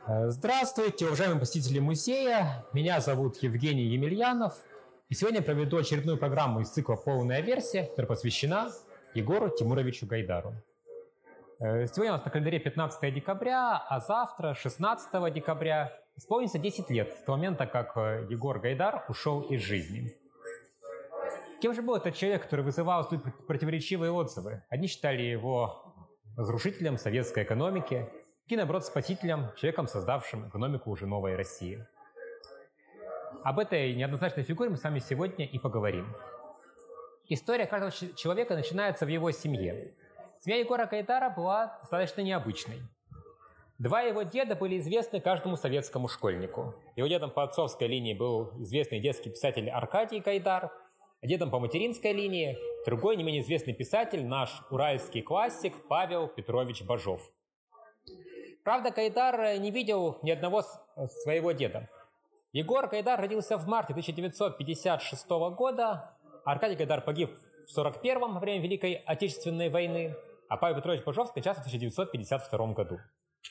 Здравствуйте, уважаемые посетители музея. Меня зовут Евгений Емельянов. И сегодня я проведу очередную программу из цикла «Полная версия», которая посвящена Егору Тимуровичу Гайдару. Сегодня у нас на календаре 15 декабря, а завтра, 16 декабря, исполнится 10 лет с того момента, как Егор Гайдар ушел из жизни. Кем же был этот человек, который вызывал столь противоречивые отзывы? Одни считали его разрушителем советской экономики, другие, наоборот, спасителем, человеком, создавшим экономику уже новой России. Об этой неоднозначной фигуре мы с вами сегодня и поговорим. История каждого человека начинается в его семье. Семья Егора Гайдара была достаточно необычной. Два его деда были известны каждому советскому школьнику. Его дедом по отцовской линии был известный детский писатель Аркадий Гайдар, а дедом по материнской линии другой не менее известный писатель, наш уральский классик Павел Петрович Бажов. Правда, Гайдар не видел ни одного своего деда. Егор Гайдар родился в марте 1956 года, Аркадий Гайдар погиб в 1941 во время Великой Отечественной войны, а Павел Петрович Бажов скончался в 1952 году.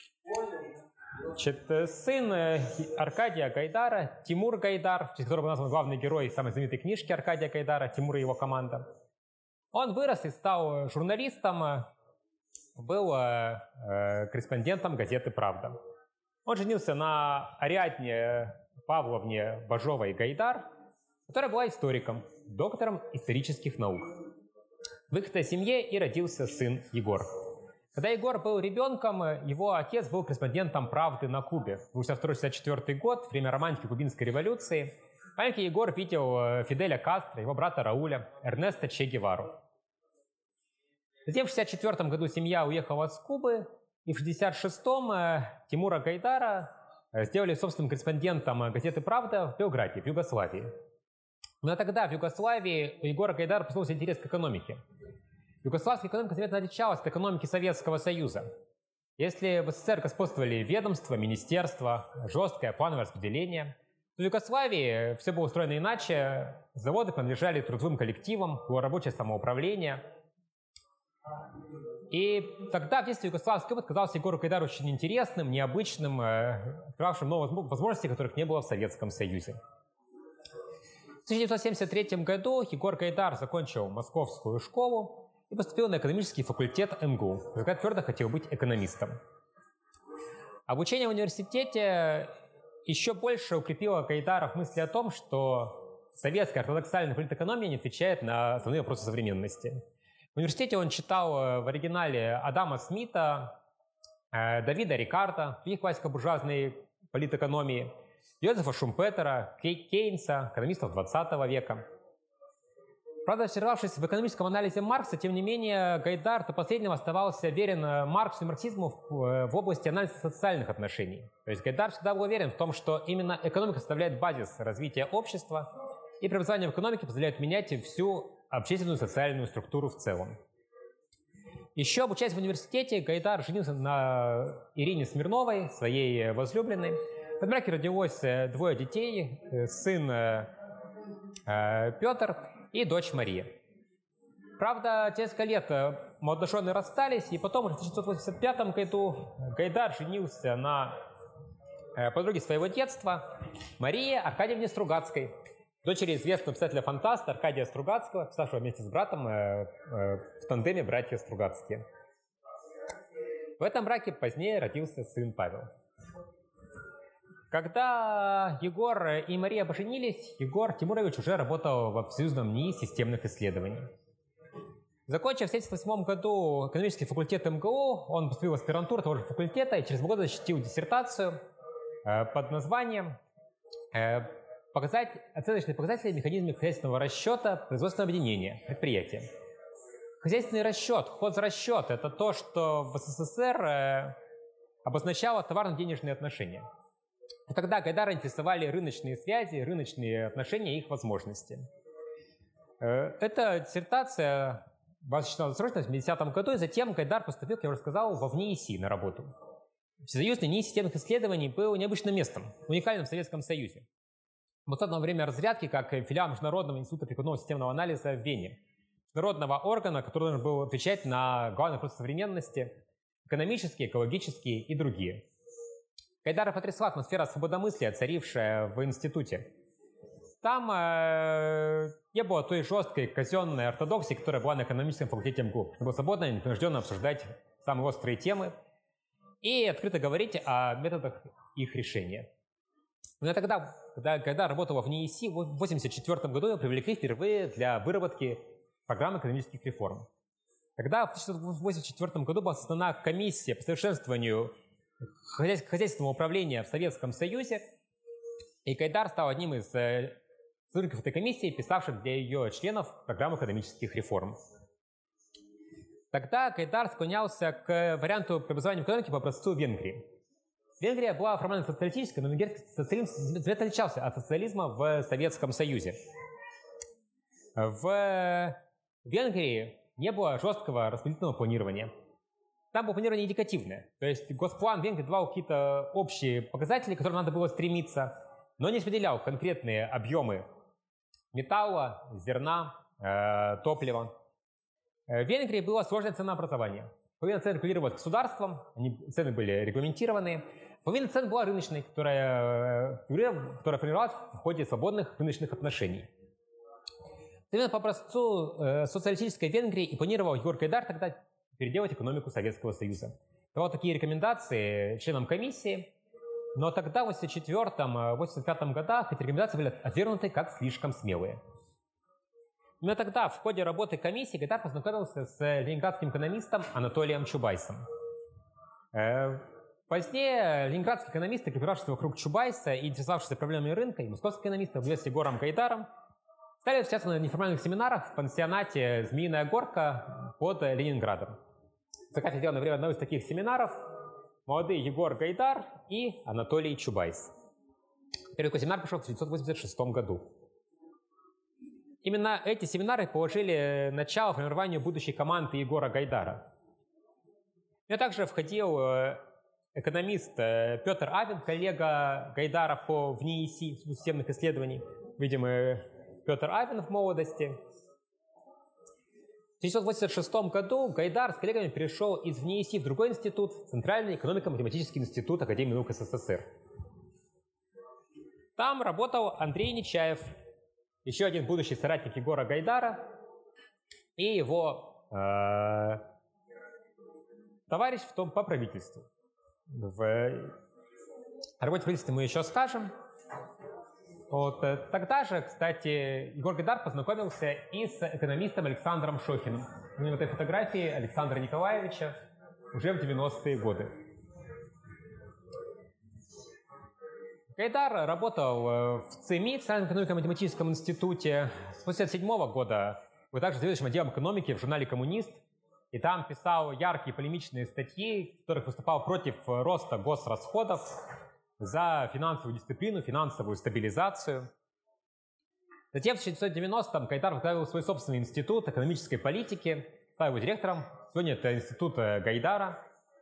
Сын Аркадия Гайдара, Тимур Гайдар, в честь которого назван главный герой самой знаменитой книжки Аркадия Гайдара «Тимур и его команда». Он вырос и стал журналистом, был корреспондентом газеты «Правда». Он женился на Ариадне Павловне Бажовой Гайдар, которая была историком, доктором исторических наук. В их семье и родился сын Егор. Когда Егор был ребенком, его отец был корреспондентом «Правды» на Кубе. В 1962-1964 год, время романтики Кубинской революции, маленький Егор видел Фиделя Кастро, его брата Рауля, Эрнеста Че Гевару. Затем в 1964 году семья уехала с Кубы, и в 1966-м Тимура Гайдара сделали собственным корреспондентом газеты «Правда» в Белграде, в Югославии. Но тогда в Югославии у Егора Гайдара проснулся интерес к экономике. Югославская экономика заметно отличалась от экономики Советского Союза. Если в СССР господствовали ведомства, министерства, жесткое плановое распределение, то в Югославии все было устроено иначе. Заводы принадлежали трудовым коллективам, было рабочее самоуправление. И тогда в детстве югославский опыт казался Егору Гайдару очень интересным, необычным, открывавшим новые возможности, которых не было в Советском Союзе. В 1973 году Егор Гайдар закончил Московскую школу и поступил на экономический факультет МГУ, когда твердо хотел быть экономистом. Обучение в университете еще больше укрепило Гайдара в мысли о том, что советская ортодоксальная политэкономия не отвечает на основные вопросы современности. В университете он читал в оригинале Адама Смита, Давида Рикардо, других классиков буржуазной политэкономии, Йозефа Шумпетера, Кейнса, экономистов 20 века. Правда, обсервавшись в экономическом анализе Маркса, тем не менее, Гайдар до последнего оставался верен Марксу и марксизму в области анализа социальных отношений. То есть Гайдар всегда был уверен в том, что именно экономика составляет базис развития общества, и преобразования в экономике позволяют менять всю общественную и социальную структуру в целом. Еще обучаясь в университете, Гайдар женился на Ирине Смирновой, своей возлюбленной. В браке родилось двое детей, сын Петр и дочь Мария. Правда, через несколько лет молодожены расстались, и потом в 1985 году Гайдар женился на подруге своего детства Марии Аркадьевне Стругацкой, дочери известного писателя-фантаста Аркадия Стругацкого, писавшего вместе с братом в тандеме «Братья Стругацкие». В этом браке позднее родился сын Павел. Когда Егор и Мария поженились, Егор Тимурович уже работал в Всесоюзном НИИ системных исследований. Закончив в 1978 году экономический факультет МГУ, он поступил в аспирантуру того же факультета и через 2 года защитил диссертацию под названием «Оценочные показатели механизма хозяйственного расчета производственного объединения предприятия». Хозяйственный расчет, хозрасчет – это то, что в СССР обозначало товарно-денежные отношения. И тогда Гайдара интересовали рыночные связи, рыночные отношения и их возможности. Эта диссертация была зачитана срочно в 80-м году, и затем Гайдар поступил, как я уже сказал, во ВНИИСИ на работу. Всесоюзный НИИ системных исследований был необычным местом, уникальным в Советском Союзе. Вот во время разрядки, как филиал Международного института прикладного системного анализа в Вене, международного органа, который должен был отвечать на главные вопросы современности, экономические, экологические и другие. Гайдара потрясла атмосфера свободомыслия, царившая в институте. Там не было той жесткой казенной ортодоксии, которая была на экономическом факультете МГУ. Было свободно и непринужденно обсуждать самые острые темы и открыто говорить о методах их решения. Но тогда, когда Гайдар работала в НИИСИ, в 1984 году ее привлекли впервые для выработки программы экономических реформ. Тогда в 1984 году была создана комиссия по совершенствованию хозяйственного управления в Советском Союзе, и Гайдар стал одним из сотрудников этой комиссии, писавших для ее членов программу экономических реформ. Тогда Гайдар склонялся к варианту преобразования экономики по образцу Венгрии. Венгрия была формально социалистической, но венгерский социализм заметно отличался от социализма в Советском Союзе. В Венгрии не было жесткого распределительного планирования. Там было планирование индикативное. То есть госплан Венгрии давал какие-то общие показатели, к которым надо было стремиться, но не распределял конкретные объемы металла, зерна, топлива. В Венгрии было сложное ценообразование. Половина цен регулировалась государством, цены были регламентированы. Половина цен была рыночной, которая формировалась в ходе свободных рыночных отношений. Именно по образцу социалистической Венгрии и планировал Егор Гайдар тогда переделать экономику Советского Союза. Давал такие рекомендации членам комиссии, но тогда, в 1984-1985 годах, эти рекомендации были отвергнуты как слишком смелые. Именно тогда, в ходе работы комиссии, Гайдар познакомился с ленинградским экономистом Анатолием Чубайсом. Позднее ленинградские экономисты, группировавшиеся вокруг Чубайса и интересовавшиеся проблемами рынка, и московские экономисты, во главе с Егором Гайдаром, стали встречаться на неформальных семинарах в пансионате «Змеиная горка» под Ленинградом. Фотография сделана во время одного из таких семинаров. Молодые Егор Гайдар и Анатолий Чубайс. Первый такой семинар прошел в 1986 году. Именно эти семинары положили начало формированию будущей команды Егора Гайдара. Я также входил экономист Петр Авен, коллега Гайдара в НИИСИ, Институт системных исследований. Видимо, Петр Авен в молодости. В 1986 году Гайдар с коллегами перешел из НИИСИ в другой институт, Центральный экономико-математический институт Академии наук СССР. Там работал Андрей Нечаев, еще один будущий соратник Егора Гайдара, и его товарищ по правительству. В работе правительства мы еще скажем. Вот. Тогда же, кстати, Егор Гайдар познакомился и с экономистом Александром Шохиным. На этой фотографии Александра Николаевича уже в 90-е годы. Гайдар работал в ЦМИ, Центральном экономико-математическом институте. С 1987 года был также заведующим отделом экономики в журнале «Коммунист». И там писал яркие полемичные статьи, в которых выступал против роста госрасходов, за финансовую дисциплину, финансовую стабилизацию. Затем в 1990-м Гайдар возглавил свой собственный институт экономической политики, стал его директором. Сегодня это институт Гайдара.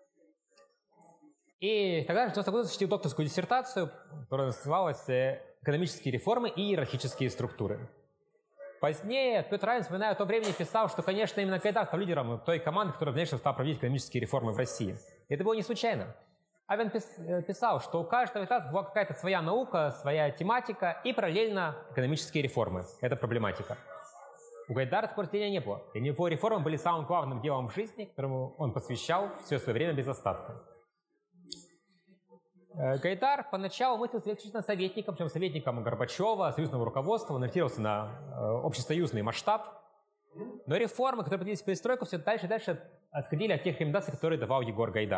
И тогда в 1990 году защитил докторскую диссертацию, которая называлась «Экономические реформы и иерархические структуры». Позднее Петр Авен, вспоминая о том времени, писал, что, конечно, именно Гайдар стал лидером той команды, которая в дальнейшем стала проводить экономические реформы в России. И это было не случайно. Авен писал, что у каждого из нас была какая-то своя наука, своя тематика и параллельно экономические реформы. Это проблематика. У Гайдара такого разделения не было. Для него реформы были самым главным делом в жизни, которому он посвящал все свое время без остатка. Гайдар поначалу мыслил себя исключительно советником, причем советником Горбачева, союзного руководства, он ориентировался на общесоюзный масштаб. Но реформы, которые проводились в перестройку, все дальше и дальше отходили от тех рекомендаций, которые давал Егор Гайдар.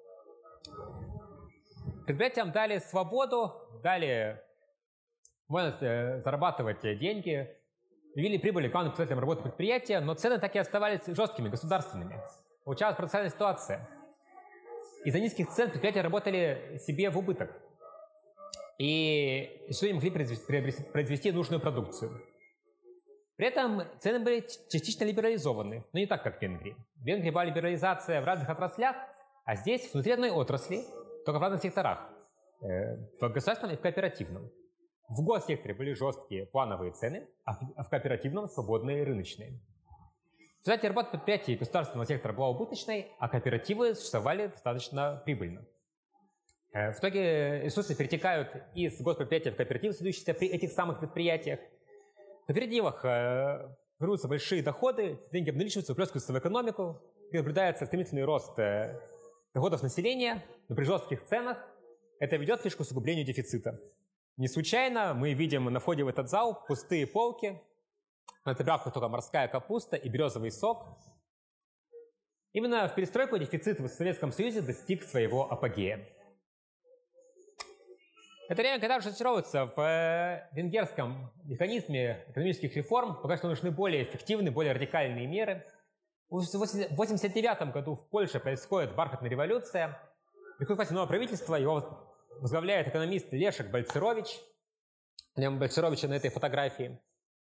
Предприятиям дали свободу, дали возможность зарабатывать деньги, ввели прибыль главным показателем работы предприятия, но цены так и оставались жесткими, государственными. Получалась парадоксальная ситуация. Из-за низких цен предприятия работали себе в убыток. И не могли произвести нужную продукцию. При этом цены были частично либерализованы, но не так, как в Венгрии. В Венгрии была либерализация в разных отраслях, а здесь внутри одной отрасли, только в разных секторах. В государственном и в кооперативном. В госсекторе были жесткие плановые цены, а в кооперативном свободные рыночные. В результате работа предприятий государственного сектора была убыточной, а кооперативы существовали достаточно прибыльно. В итоге ресурсы перетекают из госпредприятия в кооперативы, существующие при этих самых предприятиях. В кооперативах формируются большие доходы, деньги обналичиваются, уплескиваются в экономику, и наблюдается стремительный рост доходов населения, но при жестких ценах это ведет лишь к усугублению дефицита. Не случайно мы видим на входе в этот зал пустые полки, на прибавках только морская капуста и березовый сок. Именно в перестройку дефицит в Советском Союзе достиг своего апогея. Это время, когда разочаровываются в венгерском механизме экономических реформ, пока что нужны более эффективные, более радикальные меры. В 1989 году в Польше происходит бархатная революция. Приходит к власти новое правительство, его возглавляет экономист Лешек Бальцерович. Прямо Бальцеровича на этой фотографии.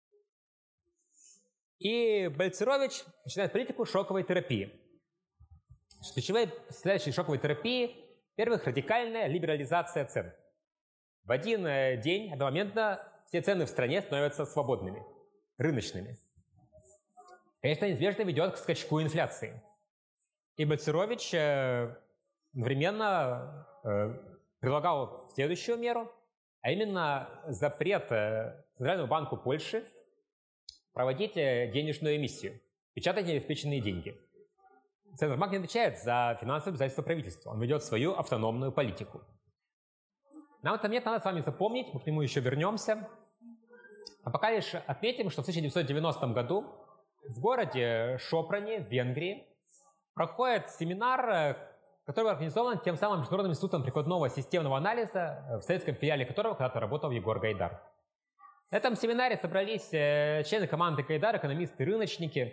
И Бальцерович начинает политику шоковой терапии. Ключевые составляющие шоковой терапии – первых, радикальная либерализация цен. В один день, одномоментно, все цены в стране становятся свободными, рыночными. Это неизбежно ведет к скачку инфляции. И Бальцерович одновременно предлагал следующую меру, а именно запрет Центральному банку Польши проводить денежную эмиссию, печатать необеспеченные деньги. Центральный банк не отвечает за финансовые обязательства правительства, он ведет свою автономную политику. Нам это нет, надо с вами запомнить, мы к нему еще вернемся. А пока лишь отметим, что в 1990 году в городе Шопране, в Венгрии, проходит семинар, который организован тем самым Международным институтом прикладного системного анализа, в советском филиале которого когда-то работал Егор Гайдар. На этом семинаре собрались члены команды Гайдар, экономисты-рыночники,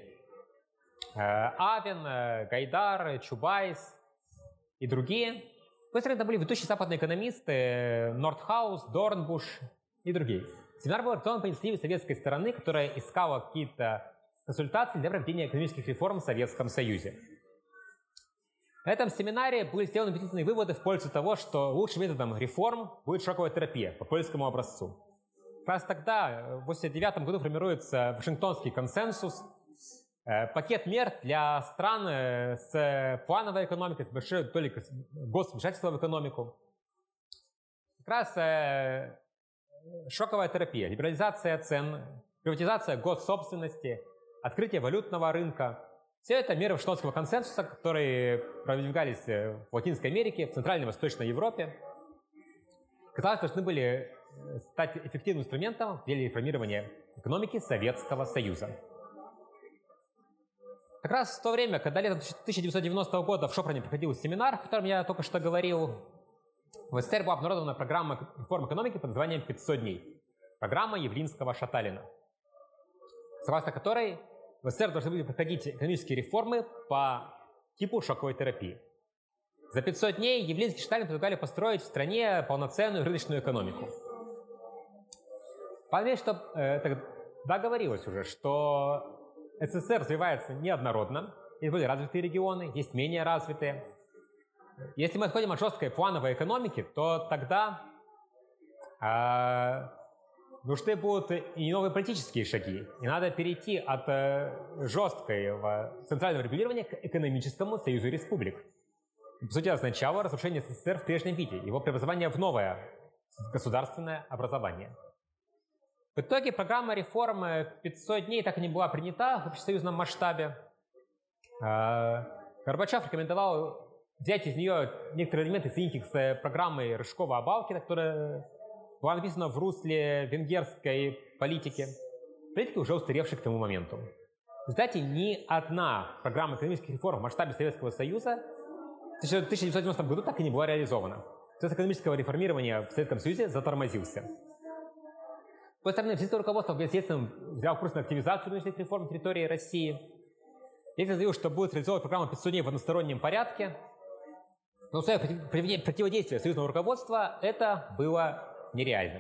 Авен, Гайдар, Чубайс и другие. Быстро это были ведущие западные экономисты Нордхаус, Дорнбуш и другие. Семинар был организован по инициативе советской стороны, которая искала какие-то консультации для проведения экономических реформ в Советском Союзе. На этом семинаре были сделаны убедительные выводы в пользу того, что лучшим методом реформ будет шоковая терапия по польскому образцу. Как раз тогда, в 1989 году, формируется Вашингтонский консенсус, пакет мер для стран с плановой экономикой, с большой долей госвмешательства в экономику. Как раз шоковая терапия, либерализация цен, приватизация госсобственности, открытие валютного рынка. Все это меры Вашингтонского консенсуса, которые продвигались в Латинской Америке, в Центральной и Восточной Европе. Казалось, должны были стать эффективным инструментом для реформирования экономики Советского Союза. Как раз в то время, когда летом 1990 года в Шопране проходил семинар, о котором я только что говорил, в СССР была обнародована программа реформ экономики под названием «500 дней». Программа Явлинского-Шаталина, согласно которой в СССР должны были проходить экономические реформы по типу шоковой терапии. За 500 дней Явлинский и Шаталин предлагали построить в стране полноценную рыночную экономику. Понятно, что тогда говорилось уже, что СССР развивается неоднородно, есть более развитые регионы, есть менее развитые. Если мы отходим от жесткой плановой экономики, то тогда нужны будут и новые политические шаги. И надо перейти от жесткого центрального регулирования к экономическому союзу республик. По сути, означало разрушение СССР в прежнем виде, его преобразование в новое государственное образование. В итоге программа реформ 500 дней так и не была принята в общесоюзном масштабе. Горбачев рекомендовал взять из нее некоторые элементы, соединить их с программой Рыжкова-Абалкина, которая была написана в русле венгерской политики. Политики, уже устаревшей к тому моменту. Кстати, ни одна программа экономических реформ в масштабе Советского Союза в 1990 году так и не была реализована. Процесс экономического реформирования в Советском Союзе затормозился. С другой стороны, советское руководство, естественно, взяло курс на активизацию рыночных реформ на территории России. Я заявил, что будет реализована программа 500 дней в одностороннем порядке. Но условия противодействия союзного руководства это было нереальным.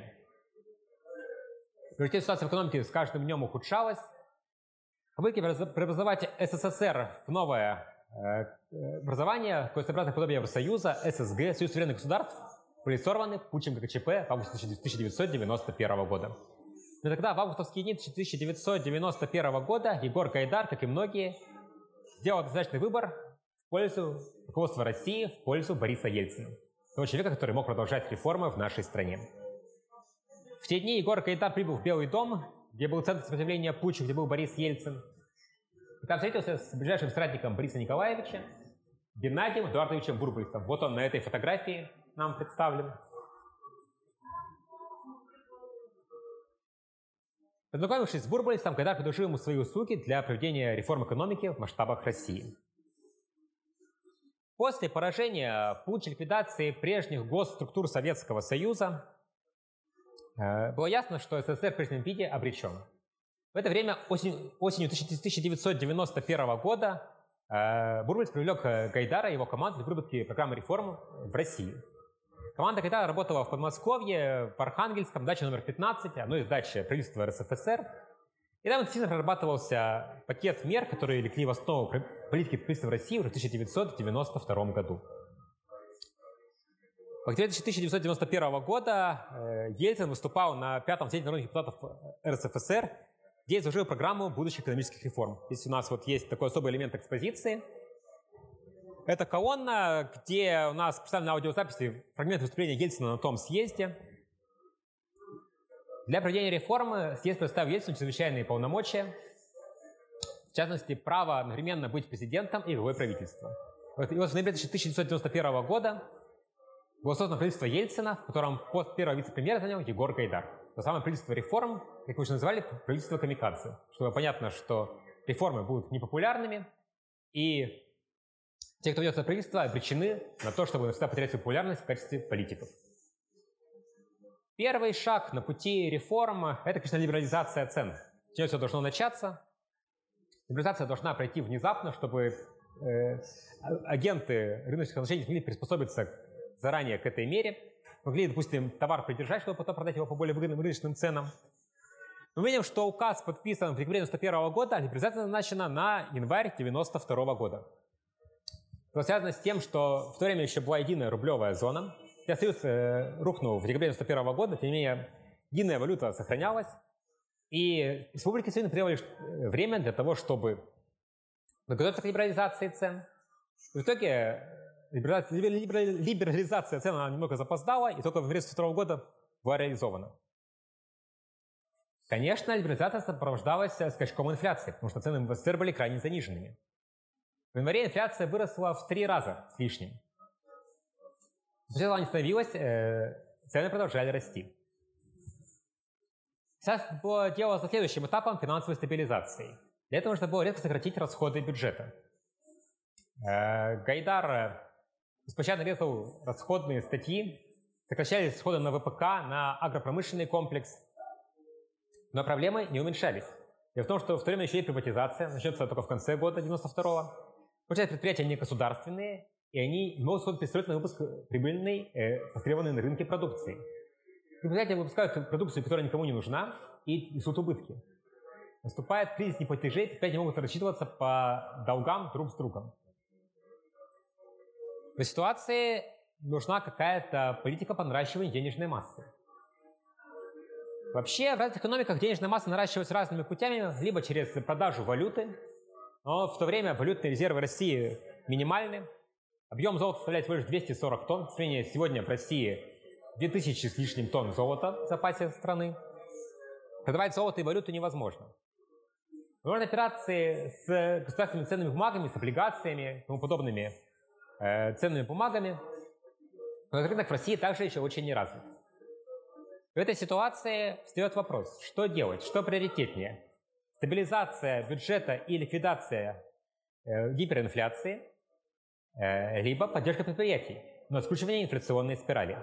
В результате ситуация в экономике с каждым днем ухудшалась. Попытки преобразовать СССР в новое образование, коестообразное подобие Евросоюза, ССГ, Союз суверенных государств, были сорваны путчем ГКЧП в августе 1991 года. Но тогда, в августовские дни 1991 года, Егор Гайдар, как и многие, сделал однозначный выбор в пользу руководства России, в пользу Бориса Ельцина. того человека, который мог продолжать реформы в нашей стране. В те дни Егор Гайдар прибыл в Белый дом, где был центр сопротивления путчу, где был Борис Ельцин. И там встретился с ближайшим соратником Бориса Николаевича, Геннадием Эдуардовичем Бурбулисом. Вот он на этой фотографии нам представлен. Познакомившись с Бурбулисом, Гайдар предложил ему свои услуги для проведения реформ экономики в масштабах России. После поражения путча, ликвидации прежних госструктур Советского Союза было ясно, что СССР в прежнем виде обречен. В это время осенью 1991 года Бурбулис привлек Гайдара и его команду для выработки программы реформ в России. Команда Гайдара работала в Подмосковье, в Архангельском, даче номер 15, одной из дач правительства РСФСР. И там интенсивно прорабатывался пакет мер, которые легли в основу политики правительства России уже в 1992 году. В октябре 1991 года Ельцин выступал на 5-м съезде народных депутатов РСФСР, где изложил программу будущих экономических реформ. Здесь у нас вот есть такой особый элемент экспозиции. Это колонна, где у нас представлены аудиозаписи, фрагмент выступления Ельцина на том съезде. Для проведения реформы съезд предоставил Ельцину чрезвычайные полномочия, в частности, право одновременно быть президентом и главой правительства. И вот в ноябре 1991 года было создано правительство Ельцина, в котором пост первого вице-премьера занял Егор Гайдар. То самое правительство реформ, как мы уже называли, правительство камикадзе. Чтобы понятно, что реформы будут непопулярными, и те, кто ведет это правительство, обречены на то, чтобы навсегда потерять свою популярность в качестве политиков. Первый шаг на пути реформ – это, конечно, либерализация цен. С чего все должно начаться? Либерализация должна пройти внезапно, чтобы агенты рыночных отношений смогли приспособиться заранее к этой мере. Могли, допустим, товар придержать, чтобы потом продать его по более выгодным рыночным ценам. Мы видим, что указ подписан в декабре 1991 года, а либерализация назначена на январь 1992 года. Это связано с тем, что в то время еще была единая рублевая зона. Хотя Союз рухнул в декабре 1991 года, тем не менее, единая валюта сохранялась. И республики Союза требовали время для того, чтобы подготовиться к либерализации цен. В итоге либерализация цен она немного запоздала, и только в январе 1992 года была реализована. Конечно, либерализация сопровождалась скачком инфляции, потому что цены в СССР были крайне заниженными. В январе инфляция выросла в 3 раза с лишним. Сначала она не становилась, цены продолжали расти. Сейчас было дело за следующим этапом финансовой стабилизации. Для этого нужно было резко сократить расходы бюджета. Гайдар беспощадно резал расходные статьи, сокращались расходы на ВПК, на агропромышленный комплекс, но проблемы не уменьшались. Дело в том, что в то время еще и приватизация, начнется только в конце года 92-го. Получается, предприятия не государственные, и они не могут пристроить на выпуск прибыльной, востребованной на рынке продукции. Предприятия выпускают продукцию, которая никому не нужна, и несут убытки. Наступает кризис неплатежей, предприятия не могут рассчитываться по долгам друг с другом. В этой ситуации нужна какая-то политика по наращиванию денежной массы. Вообще, в разных экономиках денежная масса наращивается разными путями, либо через продажу валюты, но в то время валютные резервы России минимальны. Объем золота составляет всего лишь 240 тонн. В сравнении с сегодня в России 2000 с лишним тонн золота в запасе страны. Продавать золото и валюту невозможно. Возможны операции с государственными ценными бумагами, с облигациями и тому подобными ценными бумагами. Но рынок в России также еще очень не развит. В этой ситуации встает вопрос, что делать, что приоритетнее? Стабилизация бюджета и ликвидация гиперинфляции, либо поддержка предприятий, но исключение инфляционной спирали.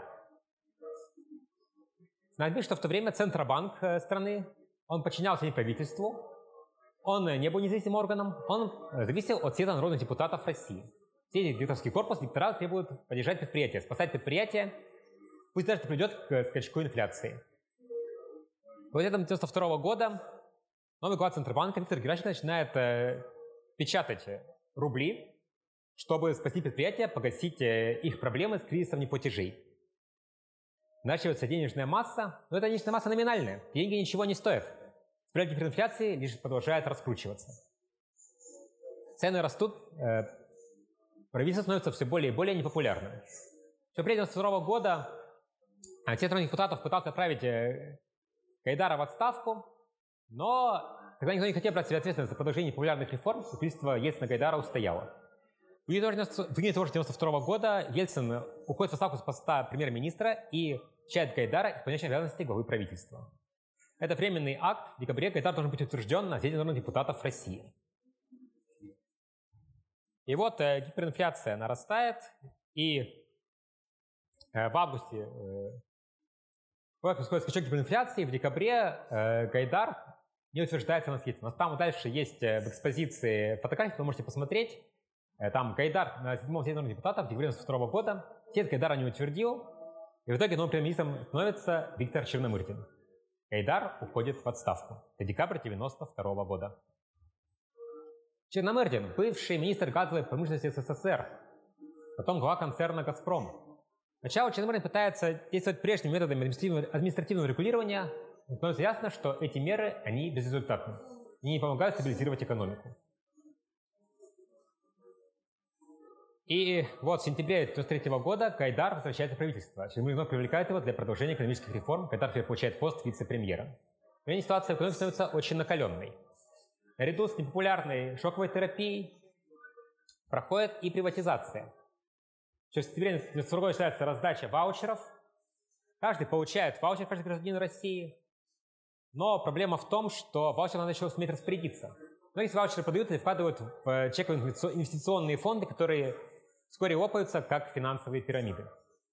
Надо что в то время Центробанк страны, он подчинялся не правительству, он не был независимым органом, он зависел от Съезда народных депутатов России. Директорский корпус диктора требует поддержать предприятия, спасать предприятия, пусть даже это приведет к скачку инфляции. В летом 1992 года новый глава Центробанка Виктор Геращенко начинает печатать рубли, чтобы спасти предприятия, погасить их проблемы с кризисом неплатежей. Наращивается денежная масса, но эта денежная масса номинальная, деньги ничего не стоят. Спираль гиперинфляции лишь продолжает раскручиваться. Цены растут, правительство становится все более и более непопулярным. В апреле 1992 года все сторонники депутатов пытался отправить Гайдара в отставку, но когда никто не хотел брать себе ответственность за продолжение популярных реформ, правительство Ельцина-Гайдара устояло. В июне 1992 года Ельцин уходит в отставку с поста премьер-министра и включает Гайдара исполняющим обязанности главы правительства. Это временный акт. В декабре Гайдар должен быть утвержден на съезде народных депутатов России. И вот гиперинфляция нарастает, и в августе происходит скачок гиперинфляции, в декабре Гайдар не утверждается на съезде. У нас там дальше есть в экспозиции фотографии, вы можете посмотреть. Там Гайдар на 7-м съезде народных депутатов в декабре 1992 года. Съезд Гайдара не утвердил, и в итоге новым премьер-министром становится Виктор Черномырдин. Гайдар уходит в отставку. Это декабрь 1992 года. Черномырдин – бывший министр газовой промышленности СССР, потом глава концерна «Газпром». Сначала Черномырдин пытается действовать прежними методами административного регулирования, но становится ясно, что эти меры, они безрезультатны и не помогают стабилизировать экономику. И вот в сентябре 1993 года Гайдар возвращается в правительство. Черномырдин привлекает его для продолжения экономических реформ. Гайдар теперь получает пост вице-премьера. Но ситуация в экономике становится очень накаленной. Наряду с непопулярной шоковой терапией проходит и приватизация. В сентябре 1992 года начинается раздача ваучеров. Каждый получает ваучер, каждый гражданин России. Но проблема в том, что ваучер надо еще суметь распорядиться. Многие ваучеры подают и вкладывают в чековые инвестиционные фонды, которые вскоре лопаются, как финансовые пирамиды.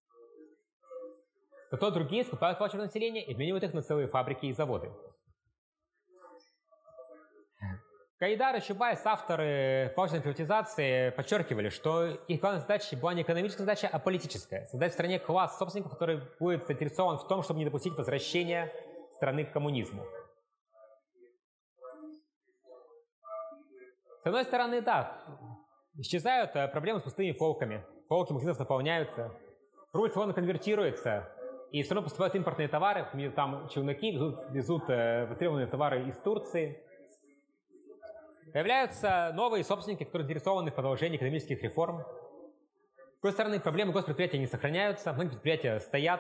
Зато другие скупают ваучеры населения и обменивают их на целые фабрики и заводы. Гайдар и Чубайс, авторы ваучерной приватизации, подчеркивали, что их главной задачей была не экономическая задача, а политическая. Создать в стране класс собственников, который будет заинтересован в том, чтобы не допустить возвращения страны к коммунизму. С одной стороны, да, исчезают проблемы с пустыми полками. Полки магазинов наполняются, рубль словно конвертируется, и все равно поступают импортные товары, там челноки везут востребованные товары из Турции. Появляются новые собственники, которые заинтересованы в продолжении экономических реформ. С другой стороны, проблемы госпредприятия не сохраняются, многие предприятия стоят.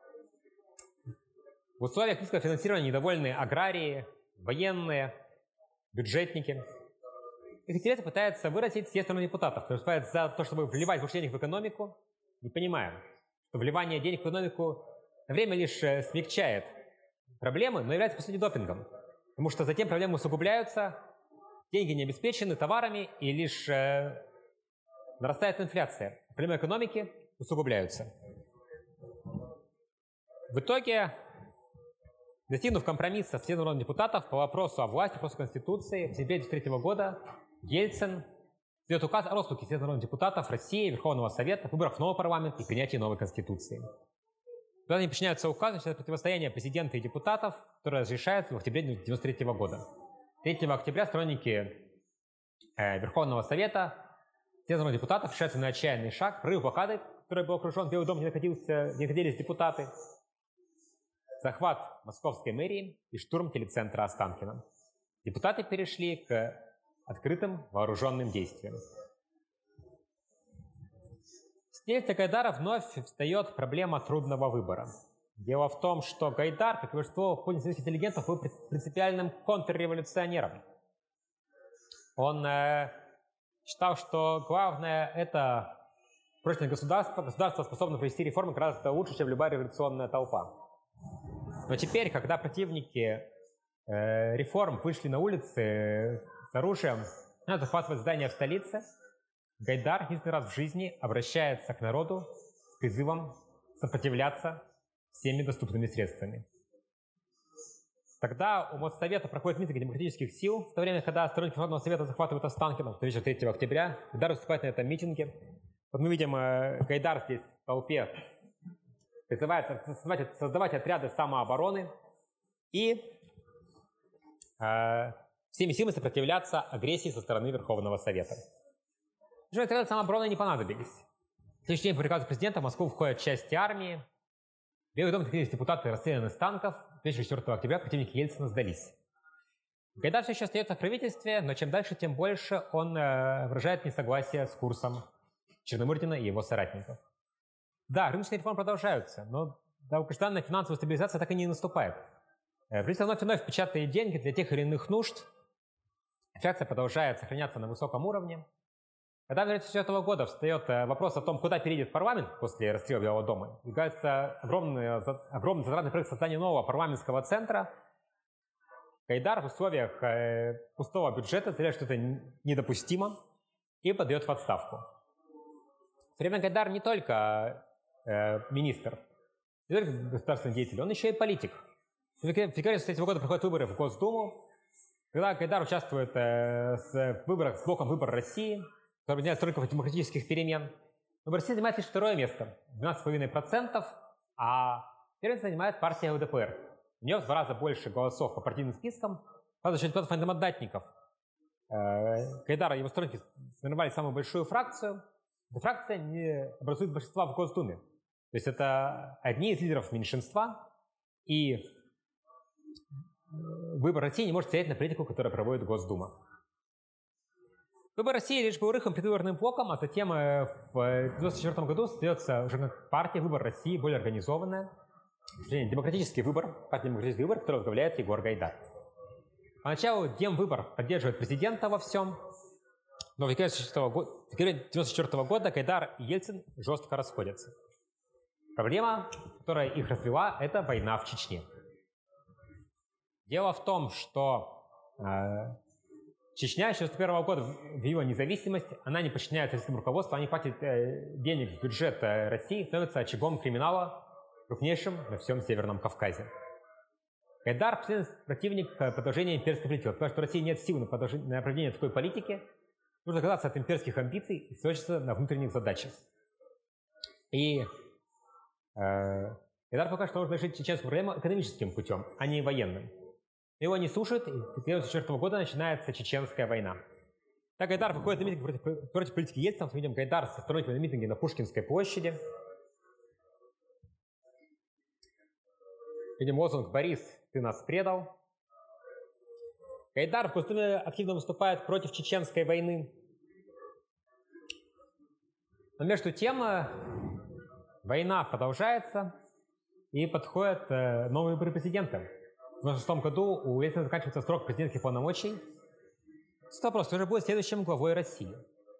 В условиях низкого финансирования недовольны аграрии, военные, бюджетники. Их интересы пытаются выразить съезд народных депутатов, которые выступают за то, чтобы вливать больше денег в экономику, не понимая, что вливание денег в экономику на время лишь смягчает проблемы, но является, по сути, допингом. Потому что затем проблемы усугубляются, деньги не обеспечены товарами, и лишь нарастает инфляция. Проблемы экономики усугубляются. В итоге, достигнув компромисса с съездом народных депутатов по вопросу о власти, по вопросу Конституции, в сентябре 1993 года Ельцин издает указ о распуске съезда народных депутатов России, Верховного Совета, выборах нового парламента и принятии новой Конституции. Когда они подчиняются указу, начинается противостояние президента и депутатов, которое разрешается в октябре 1993 года. 3 октября сторонники Верховного Совета, съезда народных депутатов решаются на отчаянный шаг, прорыв блокады, который был окружен, Белый дом, где находились депутаты, захват московской мэрии и штурм телецентра Останкино. Депутаты перешли к открытым вооруженным действиям. С действия Гайдара вновь встает проблема трудного выбора. Дело в том, что Гайдар, как и большинство поздних интеллигентов, был принципиальным контрреволюционером. Он считал, что главное – это прочное государство. Государство способно провести реформы гораздо лучше, чем любая революционная толпа. Но теперь, когда противники реформ вышли на улицы с оружием, надо захватывать здания в столице, Гайдар единственный раз в жизни обращается к народу с призывом сопротивляться всеми доступными средствами. Тогда у Моссовета проходит митинг демократических сил, в то время, когда сторонники Народного Совета захватывают Останкино, в вечер 3 октября, Гайдар выступает на этом митинге. Вот мы видим Гайдар здесь в толпе, призывает создавать отряды самообороны и всеми силами сопротивляться агрессии со стороны Верховного Совета. Уже отряды самообороны не понадобились. В следующий день по приказу президента в Москву входят части армии. Белый дом, находились депутаты, расстреляны с танков. Вечером 4 октября противники Ельцина сдались. Гайдар все еще остается в правительстве, но чем дальше, тем больше он выражает несогласие с курсом Черномырдина и его соратников. Да, рыночные реформы продолжаются, но долгожданная финансовая стабилизация так и не наступает. Правительство вновь и вновь печатает деньги для тех или иных нужд. Инфляция продолжает сохраняться на высоком уровне. Когда в 2004 года встает вопрос о том, куда перейдет парламент после расстрела Белого дома, является огромный затратный проект создания нового парламентского центра. Гайдар в условиях пустого бюджета заявляет, что это недопустимо, и подает в отставку. В то время Гайдар не только министр, не только государственный деятель, он еще и политик. В феврале 2003 года проходят выборы в Госдуму, когда Гайдар участвует в выборах с блоком «Выбор России», который объединяет сторонников демократических перемен. «Выбор России» занимает лишь второе место, 12,5%, а первое занимает партия ЛДПР. У нее в 2 раза больше голосов по партийным спискам. Правда, за счет депутатов-мандатников Гайдар и его сторонники сформировали самую большую фракцию. Эта фракция не образует большинства в Госдуме. То есть это одни из лидеров меньшинства, и «Выбор России» не может влиять на политику, которую проводит Госдума. «Выбор России» лишь был рыхлым предвыборным блоком, а затем в 1994 году создается уже партия «Выбор России», более организованная. Демократический выбор, партия «Демократический выбор», который возглавляет Егор Гайдар. Поначалу Демвыбор поддерживает президента во всем, но в феврале 1994 года Гайдар и Ельцин жестко расходятся. Проблема, которая их развела, это война в Чечне. Дело в том, что Чечня еще с 1991 года ввела независимость, она не подчиняется российскому руководству, они платят денег в бюджет России, становится очагом криминала, крупнейшим на всем Северном Кавказе. Гайдар – постоянный противник продолжения имперской политики. Потому что у России нет сил на проведение такой политики, нужно отказаться от имперских амбиций и сосредоточиться на внутренних задачах. И Гайдар покажет, что нужно решить чеченскую проблему экономическим путем, а не военным. Его не слушают, и с 1994 года начинается Чеченская война. Так Гайдар выходит на митинг против политики Ельцина. Мы видим Гайдар со сторонниками на митинге на Пушкинской площади. Видим лозунг «Борис, ты нас предал». Гайдар в Госдуме активно выступает против Чеченской войны. Но между тем война продолжается, и подходят новые выборы президента. В 1996 году у Ельцина заканчивается срок президентских полномочий. Тут вопрос, кто же будет следующим главой России?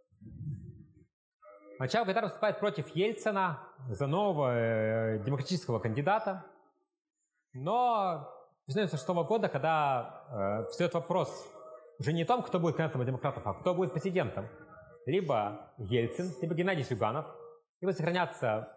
Сначала Гайдар выступает против Ельцина за нового демократического кандидата. Но с 1996 года, когда встает вопрос уже не о том, кто будет кандидатом демократов, а кто будет президентом, либо Ельцин, либо Геннадий Зюганов, либо сохранятся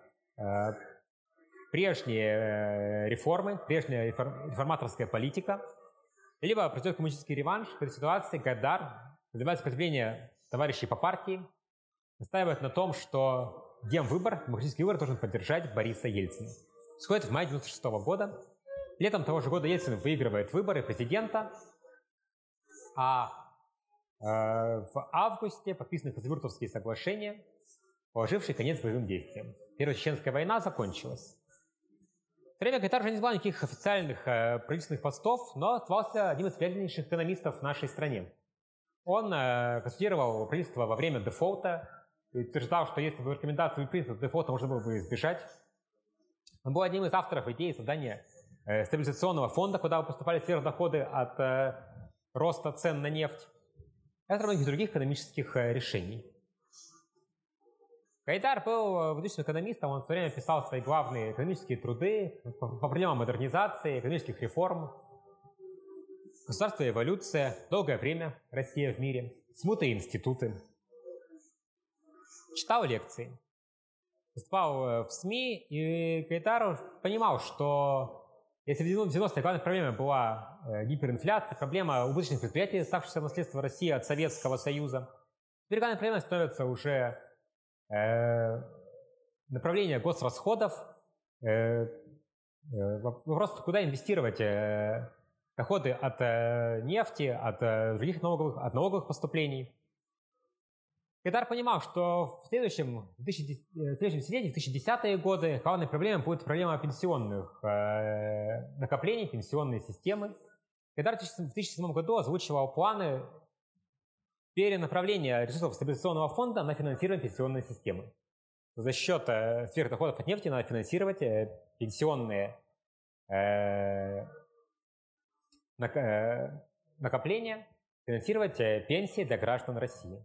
прежние реформы, прежняя реформаторская политика, либо произойдет коммунистический реванш. В этой ситуации Гайдар, называя сопротивление товарищей по партии, настаивает на том, что Демвыбор, демократический выбор, должен поддержать Бориса Ельцина. Происходит в мае 1996 года. Летом того же года Ельцин выигрывает выборы президента, а в августе подписаны Хасавюртовские соглашения, положившие конец боевым действиям. Первая Чеченская война закончилась. В то время Гайдар уже не занимал никаких официальных правительственных постов, но оставался одним из влиятельнейших экономистов в нашей стране. Он консультировал правительство во время дефолта и утверждал, что если бы рекомендации принято, дефолта можно было бы избежать. Он был одним из авторов идеи создания стабилизационного фонда, куда поступали сверхдоходы от роста цен на нефть, и от многих других экономических решений. Гайдар был выдающимся экономистом, он в то время писал свои главные экономические труды по проблемам модернизации, экономических реформ, государство и эволюция, долгое время Россия в мире, смута и институты. Читал лекции, выступал в СМИ, и Гайдар понимал, что если в 90-е главной проблемой была гиперинфляция, проблема убыточных предприятий, оставшихся в наследство России от Советского Союза, теперь главной проблемой становится уже направление госрасходов, вопрос, куда инвестировать доходы от нефти, от других налоговых поступлений. Гайдар понимал, что в следующем десятилетии, в 2010-е годы, главной проблемой будет проблема пенсионных накоплений, пенсионной системы. Гайдар в 2007 году озвучивал планы перенаправления ресурсов стабилизационного фонда на финансирование пенсионной системы. за счет сверхдоходов от нефти надо финансировать пенсионные накопления, финансировать пенсии для граждан России.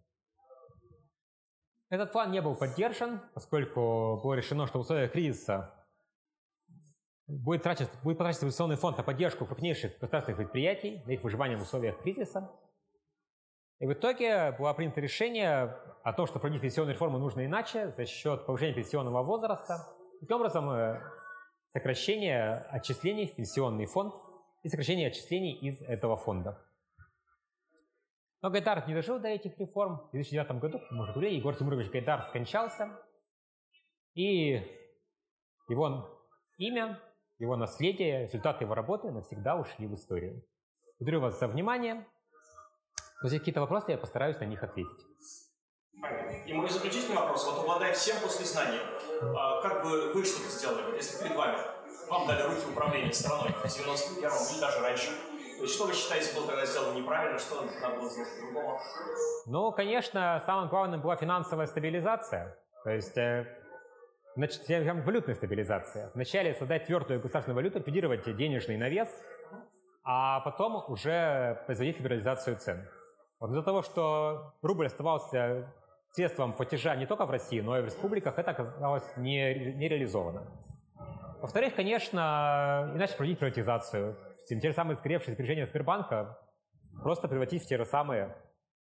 Этот план не был поддержан, поскольку было решено, что в условиях кризиса будет потрачен инвестиционный фонд на поддержку крупнейших государственных предприятий, на их выживание в условиях кризиса. И в итоге было принято решение о том, что проводить пенсионную реформу нужно иначе, за счет повышения пенсионного возраста. Таким образом, сокращение отчислений в пенсионный фонд и сокращение отчислений из этого фонда. Но Гайдар не дожил до этих реформ. В 2009 году, как мы уже говорили, Егор Тимурович Гайдар скончался. И его имя, его наследие, результаты его работы навсегда ушли в историю. Благодарю вас за внимание. Если какие-то вопросы, я постараюсь на них ответить. И мой заключительный вопрос. Вот обладая всем после знаний, как бы вы что-то сделали, вот если перед вами вам дали руки управления страной в 91-м или даже раньше? То есть что вы считаете было тогда сделано неправильно, что надо было сделать по-другому? Ну, конечно, самым главным была финансовая стабилизация. То есть, валютная стабилизация. Вначале создать твердую государственную валюту, ликвидировать денежный навес, а потом уже производить либерализацию цен. Вот из-за того, что рубль оставался средством платежа не только в России, но и в республиках, это оказалось не реализовано. Во-вторых, конечно, иначе проводить приватизацию. Те же самые сгоревшие сбережения Сбербанка просто превратить в те же самые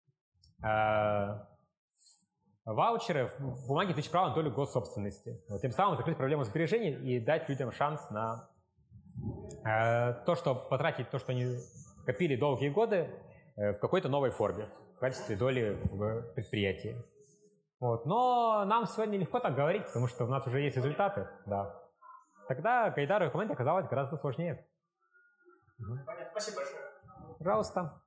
ваучеры, бумаги тысяч права на долю госсобственности. Вот, тем самым закрыть проблему сбережений и дать людям шанс на то, что потратить то, что они копили долгие годы, в какой-то новой форме, в качестве доли в предприятии. Вот. Но нам сегодня легко так говорить, потому что у нас уже есть результаты. Да. Тогда Гайдару и команде оказалось гораздо сложнее. Понятно. Спасибо большое. Пожалуйста.